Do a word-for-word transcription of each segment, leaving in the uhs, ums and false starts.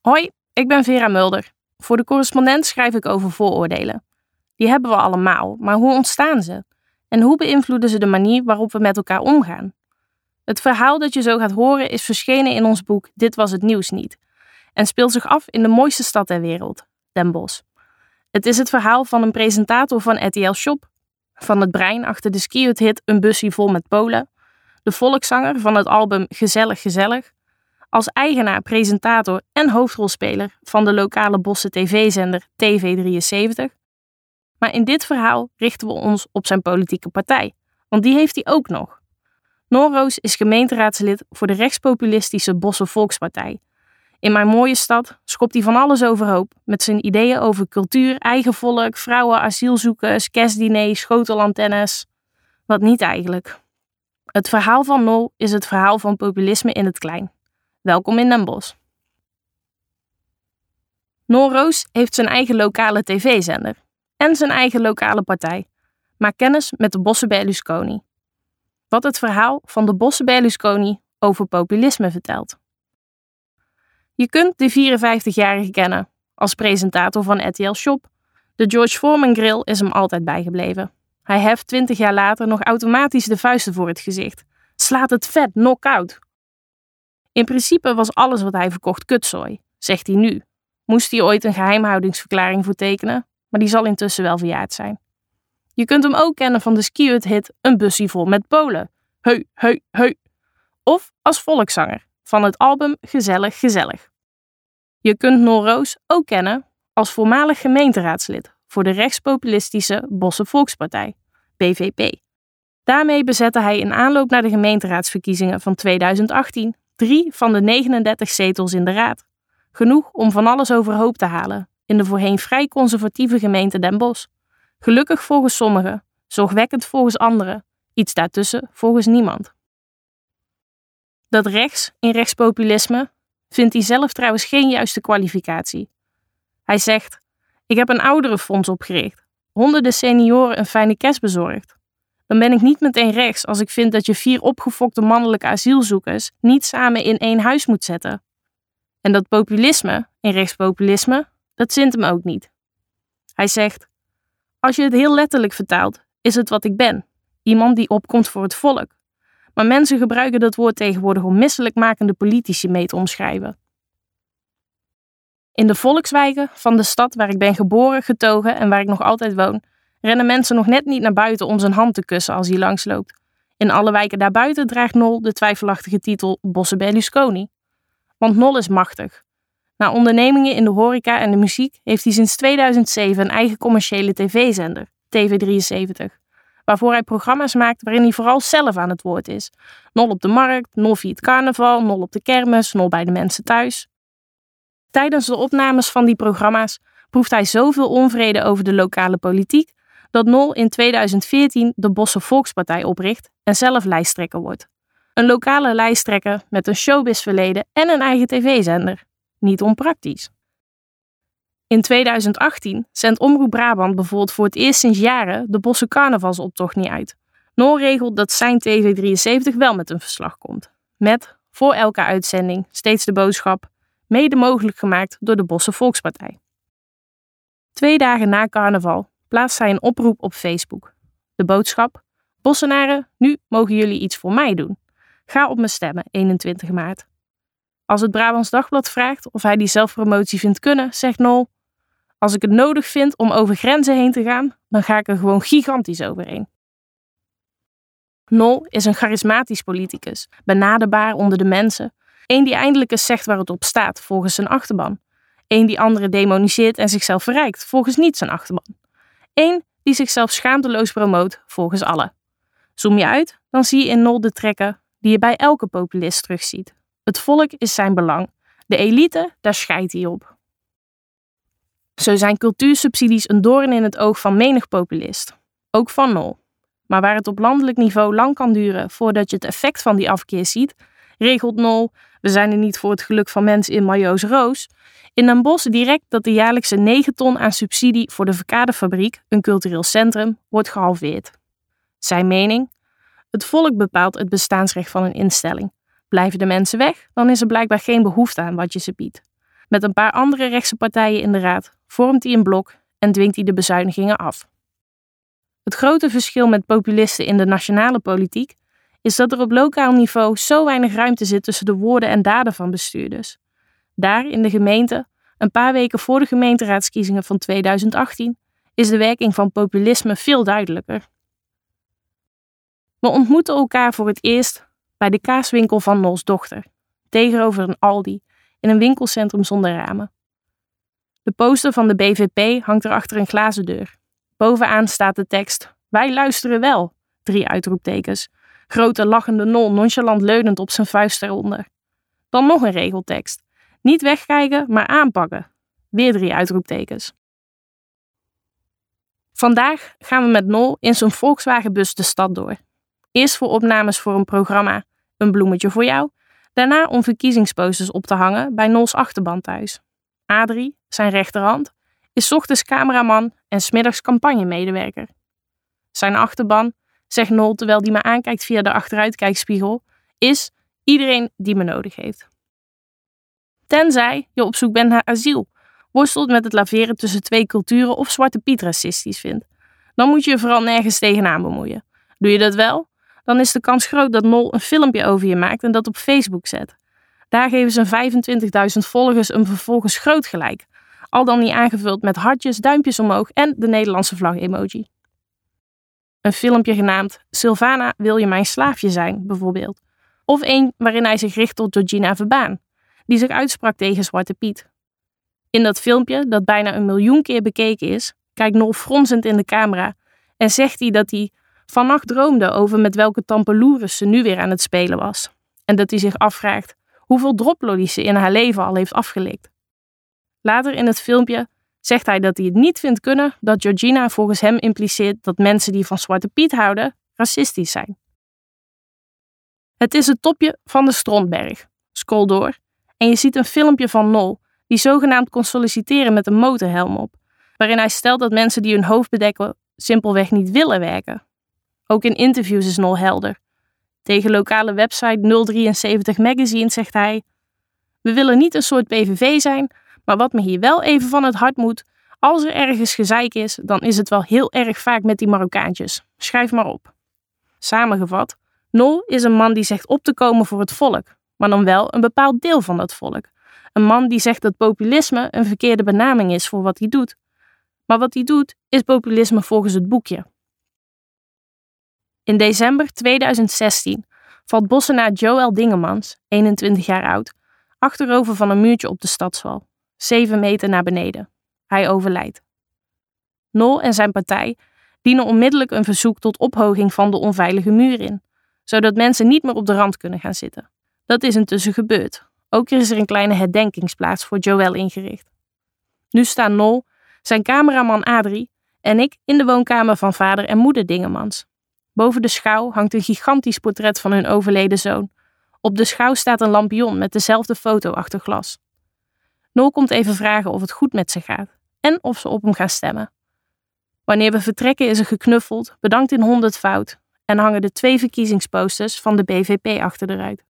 Hoi, ik ben Vera Mulder. Voor de correspondent schrijf ik over vooroordelen. Die hebben we allemaal, maar hoe ontstaan ze? En hoe beïnvloeden ze de manier waarop we met elkaar omgaan? Het verhaal dat je zo gaat horen is verschenen in ons boek Dit was het nieuws niet en speelt zich af in de mooiste stad ter wereld, Den Bosch. Het is het verhaal van een presentator van R T L Shop, van het brein achter de ski-hit Een busje vol met Polen, de volkszanger van het album Gezellig Gezellig, als eigenaar, presentator en hoofdrolspeler van de lokale Bosse tv-zender T V drieënzeventig. Maar in dit verhaal richten we ons op zijn politieke partij, want die heeft hij ook nog. Noorroos is gemeenteraadslid voor de rechtspopulistische Bosse Volkspartij. In mijn mooie stad schopt hij van alles overhoop met zijn ideeën over cultuur, eigen volk, vrouwen, asielzoekers, kerstdiners, schotelantennes. Wat niet eigenlijk. Het verhaal van Nol is het verhaal van populisme in het klein. Welkom in Den Bosch. Noorroos heeft zijn eigen lokale tv-zender en zijn eigen lokale partij. Maak kennis met de Bosse Berlusconi. Wat het verhaal van de Bosse Berlusconi over populisme vertelt. Je kunt de vierenvijftigjarige kennen als presentator van R T L Shop. De George Foreman grill is hem altijd bijgebleven. Hij heft twintig jaar later nog automatisch de vuisten voor het gezicht. Slaat het vet, knock-out. In principe was alles wat hij verkocht kutzooi, zegt hij nu. Moest hij ooit een geheimhoudingsverklaring voor tekenen, maar die zal intussen wel verjaard zijn. Je kunt hem ook kennen van de ski-hit Een busje vol met Polen. Heu, heu, heu. Of als volkszanger van het album Gezellig Gezellig. Je kunt Noorroos ook kennen als voormalig gemeenteraadslid voor de rechtspopulistische Bosse Volkspartij, B V P. Daarmee bezette hij in aanloop naar de gemeenteraadsverkiezingen van tweeduizend achttien drie van de negenendertig zetels in de raad. Genoeg om van alles overhoop te halen in de voorheen vrij conservatieve gemeente Den Bosch. Gelukkig volgens sommigen, zorgwekkend volgens anderen, iets daartussen volgens niemand. Dat rechts in rechtspopulisme vindt hij zelf trouwens geen juiste kwalificatie. Hij zegt, ik heb een ouderenfonds opgericht, honderden senioren een fijne kerst bezorgd. Dan ben ik niet meteen rechts als ik vind dat je vier opgefokte mannelijke asielzoekers niet samen in één huis moet zetten. En dat populisme in rechtspopulisme, dat zint hem ook niet. Hij zegt, als je het heel letterlijk vertaalt, is het wat ik ben. Iemand die opkomt voor het volk. Maar mensen gebruiken dat woord tegenwoordig om misselijkmakende politici mee te omschrijven. In de volkswijken van de stad waar ik ben geboren, getogen en waar ik nog altijd woon, rennen mensen nog net niet naar buiten om zijn hand te kussen als hij langsloopt. In alle wijken daarbuiten draagt Nol de twijfelachtige titel Bosse Berlusconi. Want Nol is machtig. Na ondernemingen in de horeca en de muziek heeft hij sinds tweeduizend zeven een eigen commerciële tv-zender, T V drieënzeventig. Waarvoor hij programma's maakt waarin hij vooral zelf aan het woord is. Nol op de markt, Nol viert carnaval, Nol op de kermis, Nol bij de mensen thuis. Tijdens de opnames van die programma's proeft hij zoveel onvrede over de lokale politiek dat Nol in tweeduizend veertien de Bosse Volkspartij opricht en zelf lijsttrekker wordt. Een lokale lijsttrekker met een showbiz-verleden en een eigen tv-zender. Niet onpraktisch. In tweeduizend achttien zendt Omroep Brabant bijvoorbeeld voor het eerst sinds jaren de Bosse carnavalsoptocht niet uit. Nol regelt dat zijn T V drieënzeventig wel met een verslag komt. Met, voor elke uitzending, steeds de boodschap, mede mogelijk gemaakt door de Bosse Volkspartij. Twee dagen na carnaval plaatst hij een oproep op Facebook. De boodschap, Bossenaren, nu mogen jullie iets voor mij doen. Ga op me stemmen, eenentwintig maart. Als het Brabants Dagblad vraagt of hij die zelfpromotie vindt kunnen, zegt Nol, als ik het nodig vind om over grenzen heen te gaan, dan ga ik er gewoon gigantisch overheen. Nol is een charismatisch politicus, benaderbaar onder de mensen. Eén die eindelijk eens zegt waar het op staat, volgens zijn achterban. Eén die anderen demoniseert en zichzelf verrijkt, volgens niet zijn achterban. Eén die zichzelf schaamteloos promoot, volgens allen. Zoom je uit, dan zie je in Nol de trekken die je bij elke populist terugziet. Het volk is zijn belang. De elite, daar scheidt hij op. Zo zijn cultuursubsidies een doorn in het oog van menig populist. Ook van Nol. Maar waar het op landelijk niveau lang kan duren voordat je het effect van die afkeer ziet, regelt Nol, we zijn er niet voor het geluk van mensen in majo's roos, in Den Bosch direct dat de jaarlijkse negen ton aan subsidie voor de Verkadefabriek, een cultureel centrum, wordt gehalveerd. Zijn mening? Het volk bepaalt het bestaansrecht van een instelling. Blijven de mensen weg, dan is er blijkbaar geen behoefte aan wat je ze biedt. Met een paar andere rechtse partijen in de raad vormt hij een blok en dwingt hij de bezuinigingen af. Het grote verschil met populisten in de nationale politiek is dat er op lokaal niveau zo weinig ruimte zit tussen de woorden en daden van bestuurders. Daar in de gemeente, een paar weken voor de gemeenteraadsverkiezingen van tweeduizend achttien, is de werking van populisme veel duidelijker. We ontmoeten elkaar voor het eerst bij de kaaswinkel van Nols dochter, tegenover een Aldi, in een winkelcentrum zonder ramen. De poster van de B V P hangt er achter een glazen deur. Bovenaan staat de tekst: "Wij luisteren wel!" Drie uitroeptekens. Grote lachende Nol nonchalant leunend op zijn vuist eronder. Dan nog een regeltekst. Niet wegkijken, maar aanpakken. Weer drie uitroeptekens. Vandaag gaan we met Nol in zijn Volkswagenbus de stad door. Eerst voor opnames voor een programma Een bloemetje voor jou. Daarna om verkiezingsposters op te hangen bij Nols achterban thuis. Adrie, zijn rechterhand, is 's ochtends cameraman en 's middags campagnemedewerker. Zijn achterban, zegt Nol terwijl hij me aankijkt via de achteruitkijkspiegel, is iedereen die me nodig heeft. Tenzij je op zoek bent naar asiel, worstelt met het laveren tussen twee culturen of Zwarte Piet racistisch vindt. Dan moet je je vooral nergens tegenaan bemoeien. Doe je dat wel? Dan is de kans groot dat Nol een filmpje over je maakt en dat op Facebook zet. Daar geven zijn vijfentwintigduizend volgers hem vervolgens groot gelijk. Al dan niet aangevuld met hartjes, duimpjes omhoog en de Nederlandse vlag-emoji. Een filmpje genaamd Sylvana, wil je mijn slaafje zijn, bijvoorbeeld. Of een waarin hij zich richt tot Georgina Verbaan, die zich uitsprak tegen Zwarte Piet. In dat filmpje, dat bijna een miljoen keer bekeken is, kijkt Nol fronsend in de camera en zegt hij dat hij vannacht droomde over met welke tampeloeres ze nu weer aan het spelen was. En dat hij zich afvraagt hoeveel droplollies ze in haar leven al heeft afgelikt. Later in het filmpje zegt hij dat hij het niet vindt kunnen dat Georgina volgens hem impliceert dat mensen die van Zwarte Piet houden, racistisch zijn. Het is het topje van de Strontberg. Scroll door en je ziet een filmpje van Nol, die zogenaamd kon solliciteren met een motorhelm op, waarin hij stelt dat mensen die hun hoofd bedekken simpelweg niet willen werken. Ook in interviews is Nol helder. Tegen lokale website nul drieënzeventig Magazine zegt hij: "We willen niet een soort P V V zijn, maar wat me hier wel even van het hart moet, als er ergens gezeik is, dan is het wel heel erg vaak met die Marokkaantjes. Schrijf maar op." Samengevat, Nol is een man die zegt op te komen voor het volk, maar dan wel een bepaald deel van dat volk. Een man die zegt dat populisme een verkeerde benaming is voor wat hij doet. Maar wat hij doet, is populisme volgens het boekje. In december tweeduizend zestien valt bossenaar Joël Dingemans, eenentwintig jaar oud, achterover van een muurtje op de stadswal, zeven meter naar beneden. Hij overlijdt. Nol en zijn partij dienen onmiddellijk een verzoek tot ophoging van de onveilige muur in, zodat mensen niet meer op de rand kunnen gaan zitten. Dat is intussen gebeurd. Ook is er een kleine herdenkingsplaats voor Joël ingericht. Nu staan Nol, zijn cameraman Adrie en ik in de woonkamer van vader en moeder Dingemans. Boven de schouw hangt een gigantisch portret van hun overleden zoon. Op de schouw staat een lampion met dezelfde foto achter glas. Nol komt even vragen of het goed met ze gaat en of ze op hem gaan stemmen. Wanneer we vertrekken is er geknuffeld, bedankt in honderdvoud en hangen de twee verkiezingsposters van de B V P achter de ruit.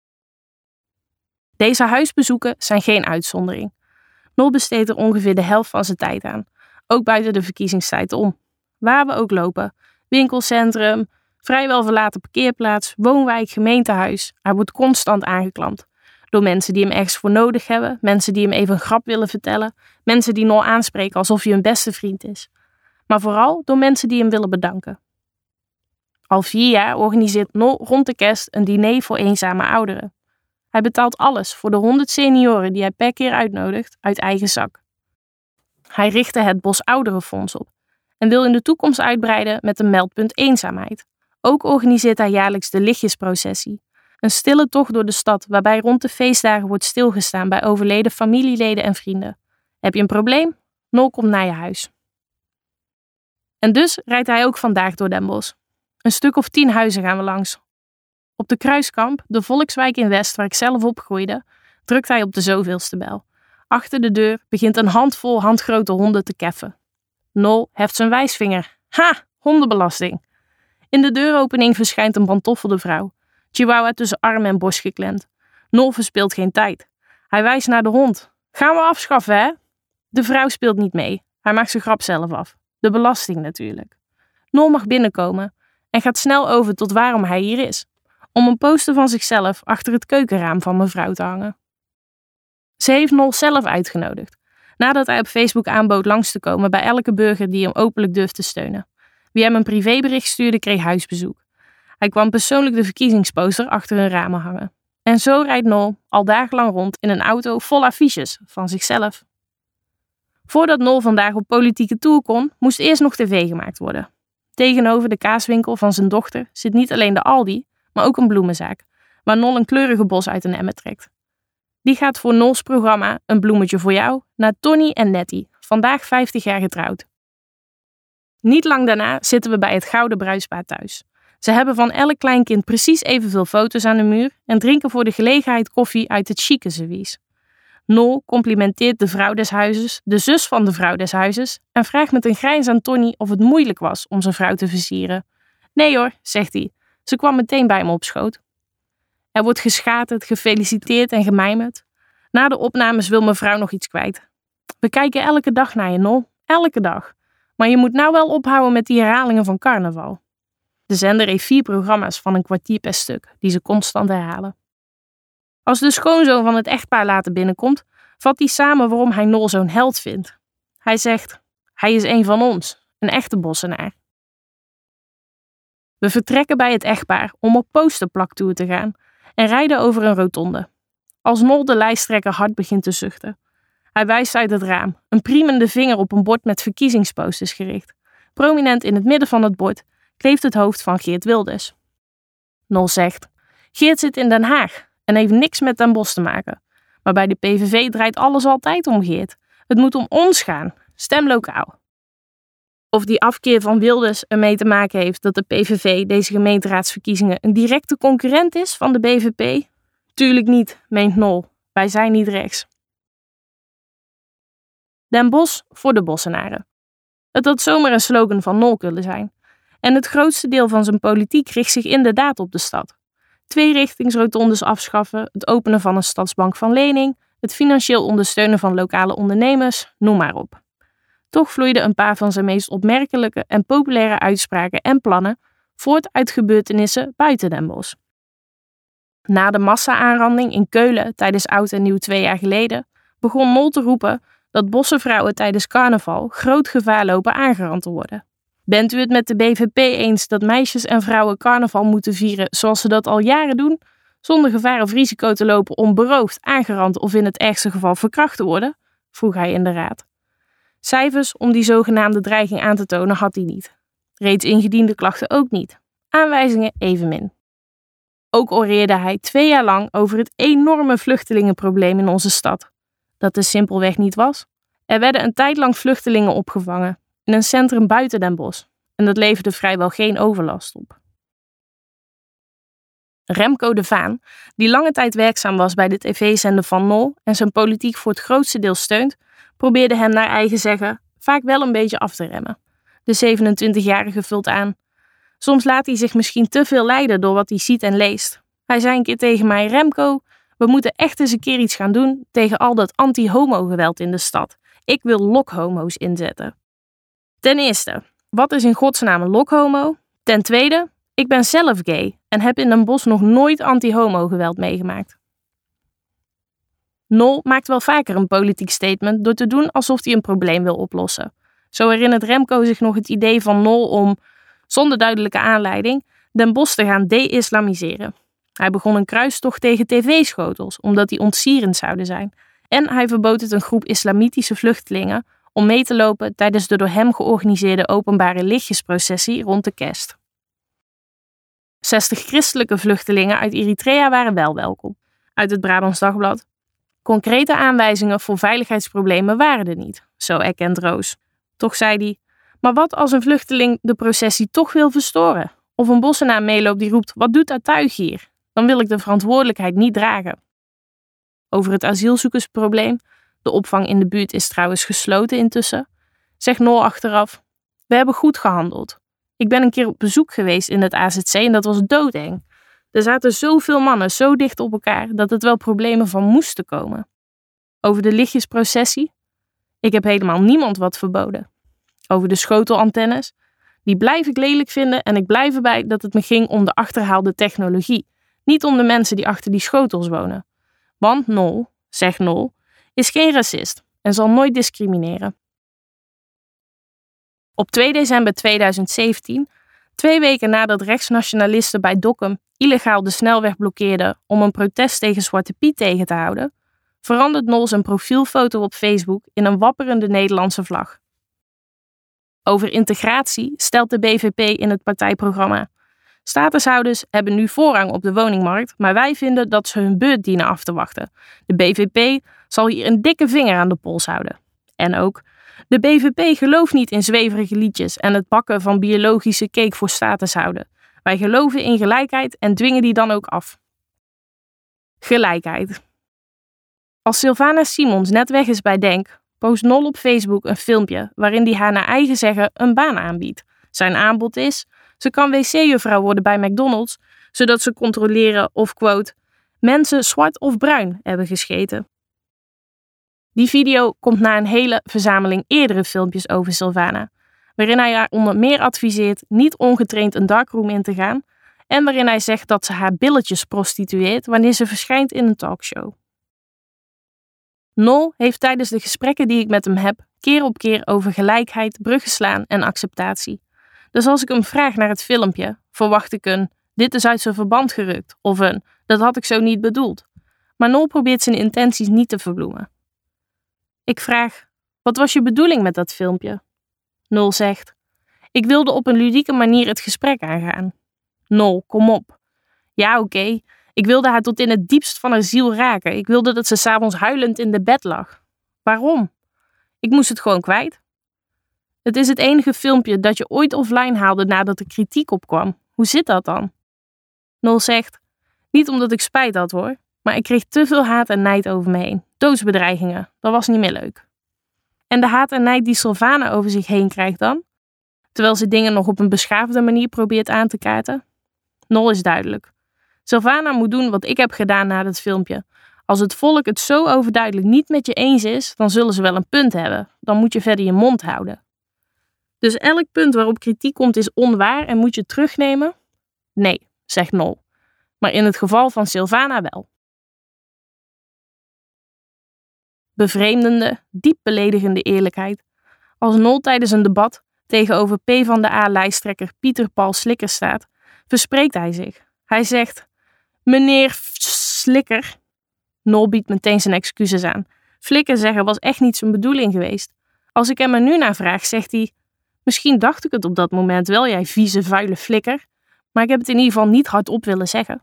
Deze huisbezoeken zijn geen uitzondering. Nol besteedt er ongeveer de helft van zijn tijd aan, ook buiten de verkiezingstijd om. Waar we ook lopen, winkelcentrum, vrijwel verlaten parkeerplaats, woonwijk, gemeentehuis, hij wordt constant aangeklampt. Door mensen die hem ergens voor nodig hebben, mensen die hem even een grap willen vertellen, mensen die Nol aanspreken alsof hij hun beste vriend is. Maar vooral door mensen die hem willen bedanken. Al vier jaar organiseert Nol rond de kerst een diner voor eenzame ouderen. Hij betaalt alles voor de honderd senioren die hij per keer uitnodigt uit eigen zak. Hij richtte het Bos Ouderenfonds op en wil in de toekomst uitbreiden met een meldpunt eenzaamheid. Ook organiseert hij jaarlijks de lichtjesprocessie. Een stille tocht door de stad waarbij rond de feestdagen wordt stilgestaan bij overleden familieleden en vrienden. Heb je een probleem? Nol komt naar je huis. En dus rijdt hij ook vandaag door Den Bosch. Een stuk of tien huizen gaan we langs. Op de Kruiskamp, de volkswijk in West waar ik zelf opgroeide, drukt hij op de zoveelste bel. Achter de deur begint een handvol handgrote honden te keffen. Nol heft zijn wijsvinger. Ha, hondenbelasting. In de deuropening verschijnt een pantoffelde vrouw. Chihuahua tussen arm en borst geklemd. Nol verspilt geen tijd. Hij wijst naar de hond. Gaan we afschaffen, hè? De vrouw speelt niet mee. Hij maakt zijn grap zelf af. De belasting natuurlijk. Nol mag binnenkomen en gaat snel over tot waarom hij hier is. Om een poster van zichzelf achter het keukenraam van mevrouw te hangen. Ze heeft Nol zelf uitgenodigd, nadat hij op Facebook aanbood langs te komen bij elke burger die hem openlijk durft te steunen. Wie hem een privébericht stuurde, kreeg huisbezoek. Hij kwam persoonlijk de verkiezingsposter achter hun ramen hangen. En zo rijdt Nol al dagenlang rond in een auto vol affiches van zichzelf. Voordat Nol vandaag op politieke tour kon, moest eerst nog tv gemaakt worden. Tegenover de kaaswinkel van zijn dochter zit niet alleen de Aldi, maar ook een bloemenzaak, waar Nol een kleurige bos uit een emmer trekt. Die gaat voor Nols programma Een bloemetje voor jou naar Tony en Nettie, vandaag vijftig jaar getrouwd. Niet lang daarna zitten we bij het Gouden Bruidspaar thuis. Ze hebben van elk kleinkind precies evenveel foto's aan de muur en drinken voor de gelegenheid koffie uit het chique servies. Nol complimenteert de vrouw des huizes, de zus van de vrouw des huizes, en vraagt met een grijns aan Tony of het moeilijk was om zijn vrouw te versieren. Nee hoor, zegt hij. Ze kwam meteen bij me op schoot. Er wordt geschaterd, gefeliciteerd en gemijmerd. Na de opnames wil mevrouw nog iets kwijt. We kijken elke dag naar je, Nol. Elke dag. Maar je moet nou wel ophouden met die herhalingen van carnaval. De zender heeft vier programma's van een kwartier per stuk, die ze constant herhalen. Als de schoonzoon van het echtpaar later binnenkomt, vat hij samen waarom hij Nol zo'n held vindt. Hij zegt, hij is een van ons, een echte Bossenaar. We vertrekken bij het echtpaar om op posterplaktour te gaan en rijden over een rotonde. Als Nol de lijsttrekker hard begint te zuchten. Hij wijst uit het raam, een priemende vinger op een bord met verkiezingsposters gericht. Prominent in het midden van het bord kleeft het hoofd van Geert Wilders. Nol zegt, Geert zit in Den Haag en heeft niks met Den Bosch te maken. Maar bij de P V V draait alles altijd om Geert. Het moet om ons gaan, stem lokaal. Of die afkeer van Wilders ermee te maken heeft dat de P V V deze gemeenteraadsverkiezingen een directe concurrent is van de B V P? Tuurlijk niet, meent Nol. Wij zijn niet rechts. Den Bosch voor de Bossenaren. Het had zomaar een slogan van Nol kunnen zijn. En het grootste deel van zijn politiek richt zich inderdaad op de stad. Tweerichtingsrotondes afschaffen, het openen van een stadsbank van lening, het financieel ondersteunen van lokale ondernemers, noem maar op. Toch vloeiden een paar van zijn meest opmerkelijke en populaire uitspraken en plannen voort uit gebeurtenissen buiten Den Bosch. Na de massa-aanranding in Keulen tijdens Oud en Nieuw twee jaar geleden begon Nol te roepen dat Bosse vrouwen tijdens carnaval groot gevaar lopen aangerand te worden. Bent u het met de B V P eens dat meisjes en vrouwen carnaval moeten vieren zoals ze dat al jaren doen, zonder gevaar of risico te lopen om beroofd, aangerand of in het ergste geval verkracht te worden? Vroeg hij in de raad. Cijfers om die zogenaamde dreiging aan te tonen had hij niet. Reeds ingediende klachten ook niet. Aanwijzingen evenmin. Ook oreerde hij twee jaar lang over het enorme vluchtelingenprobleem in onze stad. Dat er simpelweg niet was. Er werden een tijd lang vluchtelingen opgevangen in een centrum buiten Den Bosch en dat leverde vrijwel geen overlast op. Remco de Vaan, die lange tijd werkzaam was bij de tv-zender van Nol en zijn politiek voor het grootste deel steunt, probeerde hem naar eigen zeggen vaak wel een beetje af te remmen. De zevenentwintigjarige vult aan. Soms laat hij zich misschien te veel leiden door wat hij ziet en leest. Hij zei een keer tegen mij, Remco, we moeten echt eens een keer iets gaan doen tegen al dat anti-homo-geweld in de stad. Ik wil lokhomo's inzetten. Ten eerste, wat is in godsnaam een lokhomo? Ten tweede, ik ben zelf gay en heb in Den Bosch nog nooit anti-homo-geweld meegemaakt. Nol maakt wel vaker een politiek statement door te doen alsof hij een probleem wil oplossen. Zo herinnert Remco zich nog het idee van Nol om, zonder duidelijke aanleiding, Den Bosch te gaan de-islamiseren. Hij begon een kruistocht tegen tv-schotels, omdat die ontsierend zouden zijn. En hij verbood het een groep islamitische vluchtelingen om mee te lopen tijdens de door hem georganiseerde openbare lichtjesprocessie rond de kerst. zestig christelijke vluchtelingen uit Eritrea waren wel welkom. Uit het Brabants Dagblad. Concrete aanwijzingen voor veiligheidsproblemen waren er niet, zo erkent Roos. Toch zei hij, maar wat als een vluchteling de processie toch wil verstoren? Of een Bossenaar meeloopt die roept, wat doet dat tuig hier? Dan wil ik de verantwoordelijkheid niet dragen. Over het asielzoekersprobleem, de opvang in de buurt is trouwens gesloten intussen, zegt Nol achteraf, we hebben goed gehandeld. Ik ben een keer op bezoek geweest in het A Z C en dat was doodeng. Er zaten zoveel mannen zo dicht op elkaar dat het wel problemen van moesten komen. Over de lichtjesprocessie? Ik heb helemaal niemand wat verboden. Over de schotelantennes? Die blijf ik lelijk vinden en ik blijf erbij dat het me ging om de achterhaalde technologie, niet om de mensen die achter die schotels wonen. Want Nol, zegt Nol, is geen racist en zal nooit discrimineren. Op twee december tweeduizend zeventien, twee weken nadat rechtsnationalisten bij Dokkum illegaal de snelweg blokkeerden om een protest tegen Zwarte Piet tegen te houden, verandert Nol zijn profielfoto op Facebook in een wapperende Nederlandse vlag. Over integratie stelt de B V P in het partijprogramma: statushouders hebben nu voorrang op de woningmarkt, maar wij vinden dat ze hun beurt dienen af te wachten. De B V P zal hier een dikke vinger aan de pols houden. En ook: de B V P gelooft niet in zweverige liedjes en het bakken van biologische cake voor statushouder. Wij geloven in gelijkheid en dwingen die dan ook af. Gelijkheid. Als Sylvana Simons net weg is bij Denk, post Nol op Facebook een filmpje waarin hij haar naar eigen zeggen een baan aanbiedt. Zijn aanbod is: ze kan wc-juffrouw worden bij McDonald's, zodat ze controleren of, quote, mensen zwart of bruin hebben gescheten. Die video komt na een hele verzameling eerdere filmpjes over Sylvana, waarin hij haar onder meer adviseert niet ongetraind een darkroom in te gaan en waarin hij zegt dat ze haar billetjes prostitueert wanneer ze verschijnt in een talkshow. Nol heeft tijdens de gesprekken die ik met hem heb keer op keer over gelijkheid, bruggen slaan en acceptatie. Dus als ik hem vraag naar het filmpje, verwacht ik een dit is uit zijn verband gerukt of een dat had ik zo niet bedoeld. Maar Nol probeert zijn intenties niet te verbloemen. Ik vraag: wat was je bedoeling met dat filmpje? Nol zegt: ik wilde op een ludieke manier het gesprek aangaan. Nol, kom op. Ja, oké. Okay. Ik wilde haar tot in het diepst van haar ziel raken. Ik wilde dat ze 's avonds huilend in de bed lag. Waarom? Ik moest het gewoon kwijt. Het is het enige filmpje dat je ooit offline haalde nadat er kritiek op kwam. Hoe zit dat dan? Nol zegt: niet omdat ik spijt had hoor, maar ik kreeg te veel haat en nijd over me heen. Doodsbedreigingen, dat was niet meer leuk. En de haat en nijd die Sylvana over zich heen krijgt dan? Terwijl ze dingen nog op een beschaafde manier probeert aan te kaarten? Nol is duidelijk. Sylvana moet doen wat ik heb gedaan na dat filmpje. Als het volk het zo overduidelijk niet met je eens is, dan zullen ze wel een punt hebben. Dan moet je verder je mond houden. Dus elk punt waarop kritiek komt is onwaar en moet je het terugnemen? Nee, zegt Nol. Maar in het geval van Sylvana wel. Bevreemdende, diep beledigende eerlijkheid. Als Nol tijdens een debat tegenover PvdA-lijsttrekker Pieter Paul Slikker staat, verspreekt hij zich. Hij zegt: meneer Slikker. Nol biedt meteen zijn excuses aan. Flikker zeggen was echt niet zijn bedoeling geweest. Als ik hem er nu naar vraag, zegt hij: misschien dacht ik het op dat moment wel, jij vieze, vuile flikker, maar ik heb het in ieder geval niet hardop willen zeggen.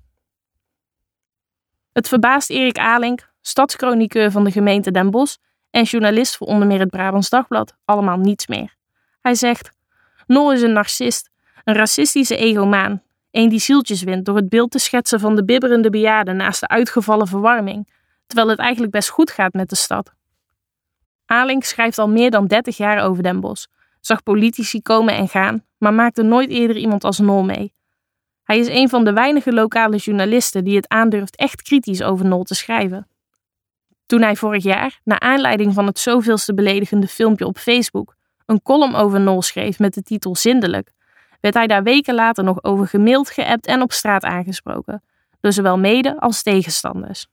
Het verbaast Erik Alink, stadschroniqueur van de gemeente Den Bosch en journalist voor onder meer het Brabants Dagblad, allemaal niets meer. Hij zegt: Nol is een narcist, een racistische egomaan, een die zieltjes wint door het beeld te schetsen van de bibberende bejaarde naast de uitgevallen verwarming, terwijl het eigenlijk best goed gaat met de stad. Alink schrijft al meer dan dertig jaar over Den Bosch, zag politici komen en gaan, maar maakte nooit eerder iemand als Nol mee. Hij is een van de weinige lokale journalisten die het aandurft echt kritisch over Nol te schrijven. Toen hij vorig jaar, naar aanleiding van het zoveelste beledigende filmpje op Facebook, een column over Nol schreef met de titel Zindelijk, werd hij daar weken later nog over gemaild, geappt en op straat aangesproken, door zowel mede- als tegenstanders.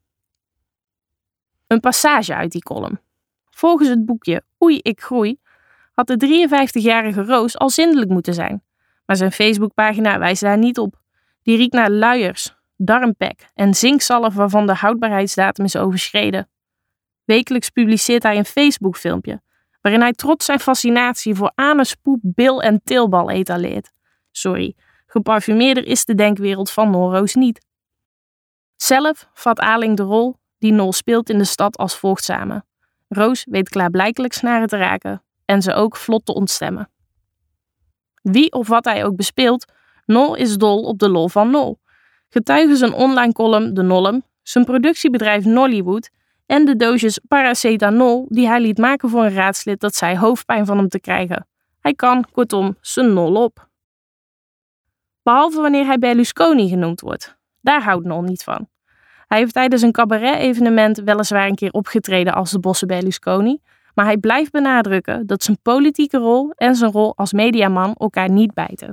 Een passage uit die column. Volgens het boekje Oei, ik groei, had de drieënvijftigjarige Roos al zindelijk moeten zijn, maar zijn Facebookpagina wijst daar niet op. Die riekt naar luiers, darmpek en zinkzalf waarvan de houdbaarheidsdatum is overschreden. Wekelijks publiceert hij een Facebookfilmpje, waarin hij trots zijn fascinatie voor anus, poep, bil en teelbal etaleert. Sorry, geparfumeerder is de denkwereld van Nol Roos niet. Zelf vat Alink de rol die Nol speelt in de stad als volgt samen. Roos weet klaarblijkelijk snaren te raken en ze ook vlot te ontstemmen. Wie of wat hij ook bespeelt, Nol is dol op de lol van Nol. Getuigen zijn online column De Nollem, zijn productiebedrijf Nollywood en de doosjes paracetamol die hij liet maken voor een raadslid dat zei hoofdpijn van hem te krijgen. Hij kan, kortom, zijn nol op. Behalve wanneer hij Berlusconi genoemd wordt. Daar houdt Nol niet van. Hij heeft tijdens een cabaret-evenement weliswaar een keer opgetreden als de Bosse Berlusconi, maar hij blijft benadrukken dat zijn politieke rol en zijn rol als mediaman elkaar niet bijten.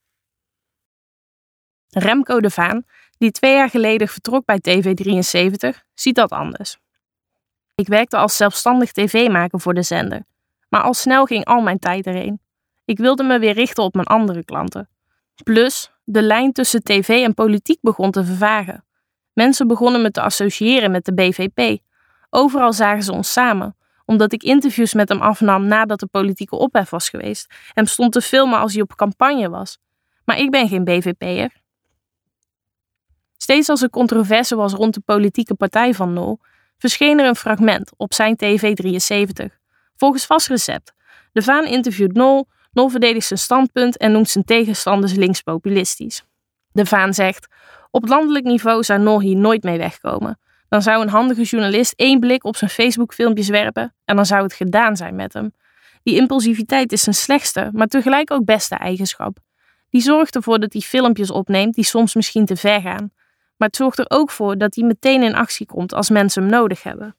Remco de Vaan, die twee jaar geleden vertrok bij T V drieënzeventig, ziet dat anders. Ik werkte als zelfstandig tv-maker voor de zender, maar al snel ging al mijn tijd erheen. Ik wilde me weer richten op mijn andere klanten. Plus, de lijn tussen tv en politiek begon te vervagen. Mensen begonnen me te associëren met de B V P. Overal zagen ze ons samen, omdat ik interviews met hem afnam nadat de politieke ophef was geweest. Hem stond te filmen als hij op campagne was. Maar ik ben geen B V P'er. Steeds als er controverse was rond de politieke partij van Nol, verscheen er een fragment op zijn T V drieënzeventig. Volgens vast recept. De Vaan interviewt Nol, Nol verdedigt zijn standpunt en noemt zijn tegenstanders linkspopulistisch. De Vaan zegt: op landelijk niveau zou Nol hier nooit mee wegkomen. Dan zou een handige journalist één blik op zijn Facebook-filmpjes werpen en dan zou het gedaan zijn met hem. Die impulsiviteit is zijn slechtste, maar tegelijk ook beste eigenschap. Die zorgt ervoor dat hij filmpjes opneemt die soms misschien te ver gaan. Maar het zorgt er ook voor dat hij meteen in actie komt als mensen hem nodig hebben.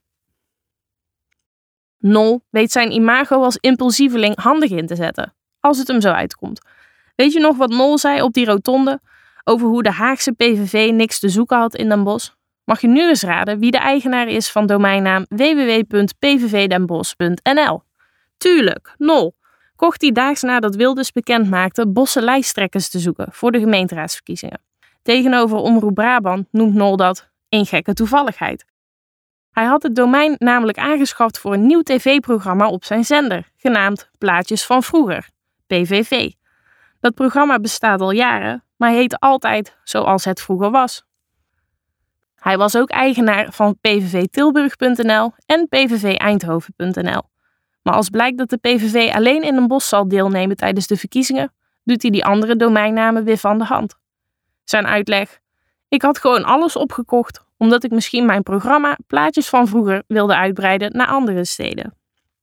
Nol weet zijn imago als impulsieveling handig in te zetten, als het hem zo uitkomt. Weet je nog wat Nol zei op die rotonde over hoe de Haagse P V V niks te zoeken had in Den Bosch? Mag je nu eens raden wie de eigenaar is van domeinnaam w w w punt p v v den bosch punt n l? Tuurlijk, Nol. Kocht hij daags nadat Wilders bekend maakte Bosse lijsttrekkers te zoeken voor de gemeenteraadsverkiezingen. Tegenover Omroep Brabant noemt Nol dat een gekke toevalligheid. Hij had het domein namelijk aangeschaft voor een nieuw tv-programma op zijn zender, genaamd Plaatjes van Vroeger, P V V. Dat programma bestaat al jaren, maar heet altijd zoals het vroeger was. Hij was ook eigenaar van p v v tilburg punt n l en p v v eindhoven punt n l. Maar als blijkt dat de P V V alleen in Den Bosch zal deelnemen tijdens de verkiezingen, doet hij die andere domeinnamen weer van de hand. Zijn uitleg: ik had gewoon alles opgekocht, omdat ik misschien mijn programma Plaatjes van Vroeger wilde uitbreiden naar andere steden.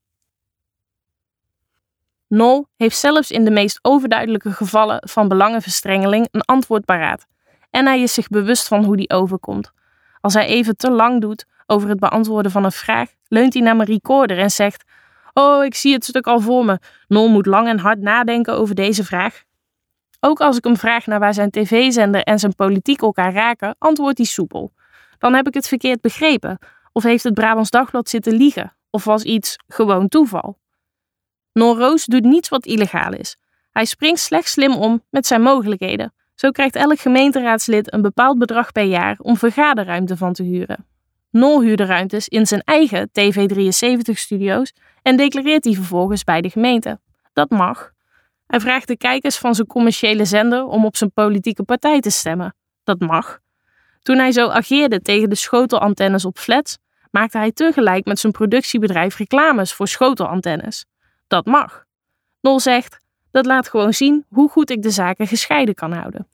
Nol heeft zelfs in de meest overduidelijke gevallen van belangenverstrengeling een antwoord paraat. En hij is zich bewust van hoe die overkomt. Als hij even te lang doet over het beantwoorden van een vraag, leunt hij naar mijn recorder en zegt: oh, ik zie het stuk al voor me. Nol moet lang en hard nadenken over deze vraag. Ook als ik hem vraag naar waar zijn tv-zender en zijn politiek elkaar raken, antwoordt hij soepel. Dan heb ik het verkeerd begrepen, of heeft het Brabants Dagblad zitten liegen, of was iets gewoon toeval. Nol Roos doet niets wat illegaal is. Hij springt slechts slim om met zijn mogelijkheden. Zo krijgt elk gemeenteraadslid een bepaald bedrag per jaar om vergaderruimte van te huren. Nol huurde ruimtes in zijn eigen T V drieënzeventig-studio's en declareert die vervolgens bij de gemeente. Dat mag. Hij vraagt de kijkers van zijn commerciële zender om op zijn politieke partij te stemmen. Dat mag. Toen hij zo ageerde tegen de schotelantennes op flats, maakte hij tegelijk met zijn productiebedrijf reclames voor schotelantennes. Dat mag. Nol zegt: dat laat gewoon zien hoe goed ik de zaken gescheiden kan houden.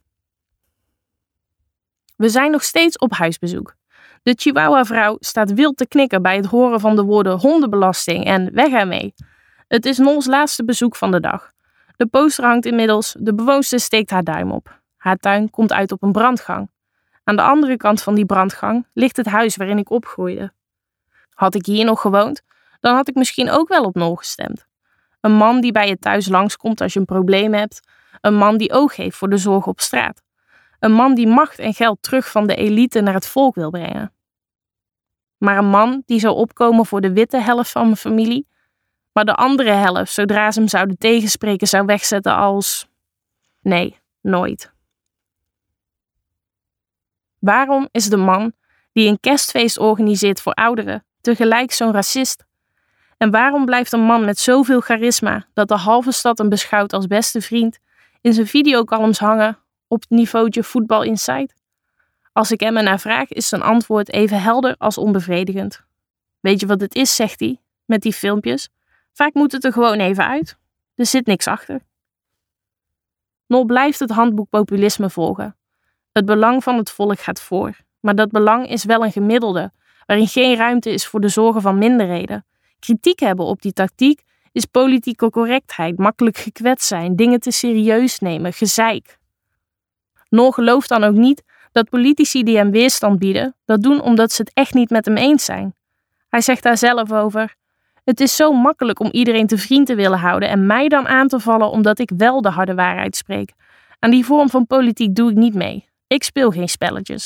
We zijn nog steeds op huisbezoek. De Chihuahua-vrouw staat wild te knikken bij het horen van de woorden hondenbelasting en weg ermee. Het is Nols laatste bezoek van de dag. De poster hangt inmiddels, de bewoonster steekt haar duim op. Haar tuin komt uit op een brandgang. Aan de andere kant van die brandgang ligt het huis waarin ik opgroeide. Had ik hier nog gewoond, dan had ik misschien ook wel op Nol gestemd. Een man die bij je thuis langskomt als je een probleem hebt. Een man die oog heeft voor de zorg op straat. Een man die macht en geld terug van de elite naar het volk wil brengen. Maar een man die zou opkomen voor de witte helft van mijn familie, maar de andere helft, zodra ze hem zouden tegenspreken, zou wegzetten als: nee, nooit. Waarom is de man die een kerstfeest organiseert voor ouderen tegelijk zo'n racist? En waarom blijft een man met zoveel charisma, dat de halve stad hem beschouwt als beste vriend, in zijn videocolumns hangen op het niveautje Voetbal Insight? Als ik hem ernaar vraag, is zijn antwoord even helder als onbevredigend. Weet je wat het is, zegt hij, met die filmpjes? Vaak moet het er gewoon even uit. Er zit niks achter. Nol blijft het handboek populisme volgen. Het belang van het volk gaat voor, maar dat belang is wel een gemiddelde, waarin geen ruimte is voor de zorgen van minderheden. Kritiek hebben op die tactiek is politieke correctheid, makkelijk gekwetst zijn, dingen te serieus nemen, gezeik. Nol gelooft dan ook niet Dat politici die hem weerstand bieden, dat doen omdat ze het echt niet met hem eens zijn. Hij zegt daar zelf over: het is zo makkelijk om iedereen te vriend te willen houden en mij dan aan te vallen omdat ik wel de harde waarheid spreek. Aan die vorm van politiek doe ik niet mee. Ik speel geen spelletjes.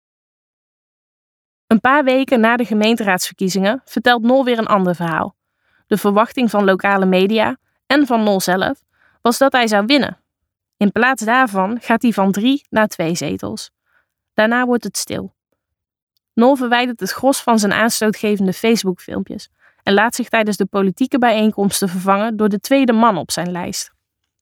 Een paar weken na de gemeenteraadsverkiezingen vertelt Nol weer een ander verhaal. De verwachting van lokale media en van Nol zelf was dat hij zou winnen. In plaats daarvan gaat hij van drie naar twee zetels. Daarna wordt het stil. Nol verwijdert het gros van zijn aanstootgevende Facebook-filmpjes en laat zich tijdens de politieke bijeenkomsten vervangen door de tweede man op zijn lijst.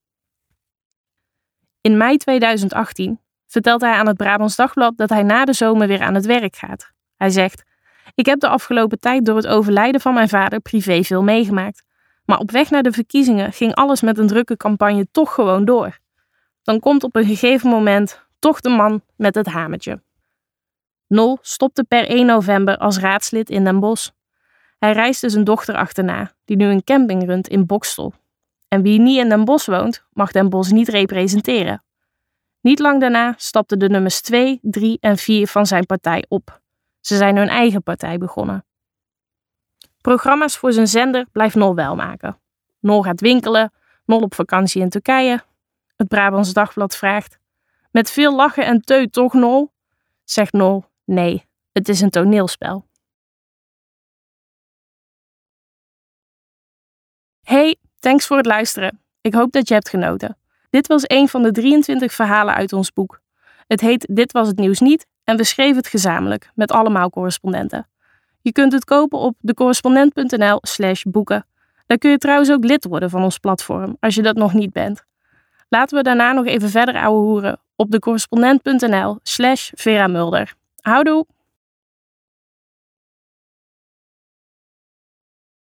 In mei tweeduizend achttien vertelt hij aan het Brabants Dagblad dat hij na de zomer weer aan het werk gaat. Hij zegt: ik heb de afgelopen tijd door het overlijden van mijn vader privé veel meegemaakt. Maar op weg naar de verkiezingen ging alles met een drukke campagne toch gewoon door. Dan komt op een gegeven moment toch de man met het hamertje. Nol stopte per één november als raadslid in Den Bosch. Hij reisde zijn dochter achterna, die nu een camping runt in Boxtel. En wie niet in Den Bosch woont, mag Den Bosch niet representeren. Niet lang daarna stapten de nummers twee, drie en vier van zijn partij op. Ze zijn hun eigen partij begonnen. Programma's voor zijn zender blijft Nol wel maken. Nol gaat winkelen, Nol op vakantie in Turkije. Het Brabants Dagblad vraagt: met veel lachen en teut toch, Nol? Zegt Nol: nee, het is een toneelspel. Hey, thanks voor het luisteren. Ik hoop dat je hebt genoten. Dit was een van de drieëntwintig verhalen uit ons boek. Het heet Dit was het nieuws niet en we schreven het gezamenlijk met allemaal correspondenten. Je kunt het kopen op decorrespondent.nl slash boeken. Daar kun je trouwens ook lid worden van ons platform, als je dat nog niet bent. Laten we daarna nog even verder ouwehoeren op decorrespondent.nl slash Vera Mulder. Houdoe!